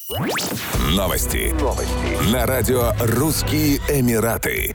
Новости. На радио «Русские Эмираты».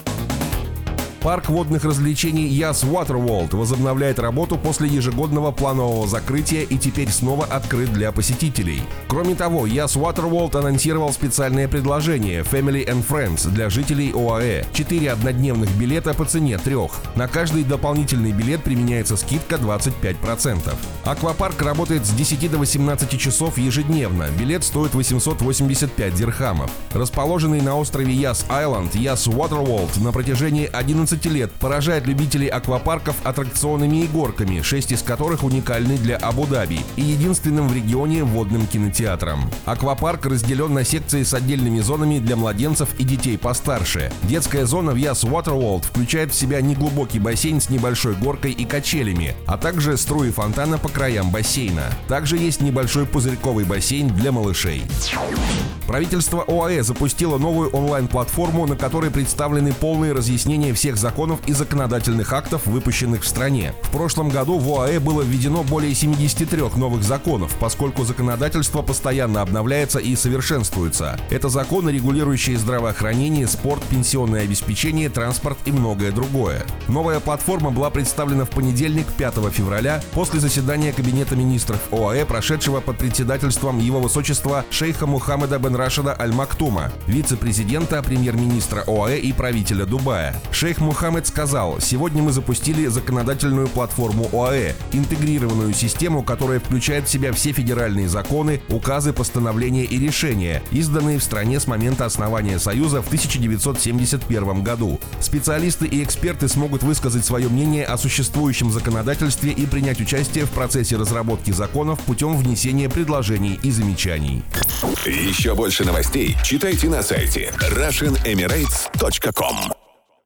Парк водных развлечений Yas Water World возобновляет работу после ежегодного планового закрытия и теперь снова открыт для посетителей. Кроме того, Yas Water World анонсировал специальное предложение Family and Friends для жителей ОАЭ. 4 однодневных билета по цене 3. На каждый дополнительный билет применяется скидка 25%. Аквапарк работает с 10 до 18 часов ежедневно. Билет стоит 885 дирхамов. Расположенный на острове Yas-Айленд, Yas Water World на протяжении 11 лет поражает любителей аквапарков аттракционами и горками, 6 из которых уникальны для Абу-Даби и единственным в регионе водным кинотеатром. Аквапарк разделен на секции с отдельными зонами для младенцев и детей постарше. Детская зона в Yas Water World включает в себя неглубокий бассейн с небольшой горкой и качелями, а также струи фонтана по краям бассейна. Также есть небольшой пузырьковый бассейн для малышей. Правительство ОАЭ запустило новую онлайн-платформу, на которой представлены полные разъяснения всех законов и законодательных актов, выпущенных в стране. В прошлом году в ОАЭ было введено более 73 новых законов, поскольку законодательство постоянно обновляется и совершенствуется. Это законы, регулирующие здравоохранение, спорт, пенсионное обеспечение, транспорт и многое другое. Новая платформа была представлена в понедельник, 5 февраля, после заседания Кабинета министров ОАЭ, прошедшего под председательством Его Высочества шейха Мухаммеда бен Рашида Аль-Мактума, вице-президента, премьер-министра ОАЭ и правителя Дубая. Шейх Мухаммед сказал: «Сегодня мы запустили законодательную платформу ОАЭ, интегрированную систему, которая включает в себя все федеральные законы, указы, постановления и решения, изданные в стране с момента основания Союза в 1971 году. Специалисты и эксперты смогут высказать свое мнение о существующем законодательстве и принять участие в процессе разработки законов путем внесения предложений и замечаний». Еще больше новостей читайте на сайте RussianEmirates.com.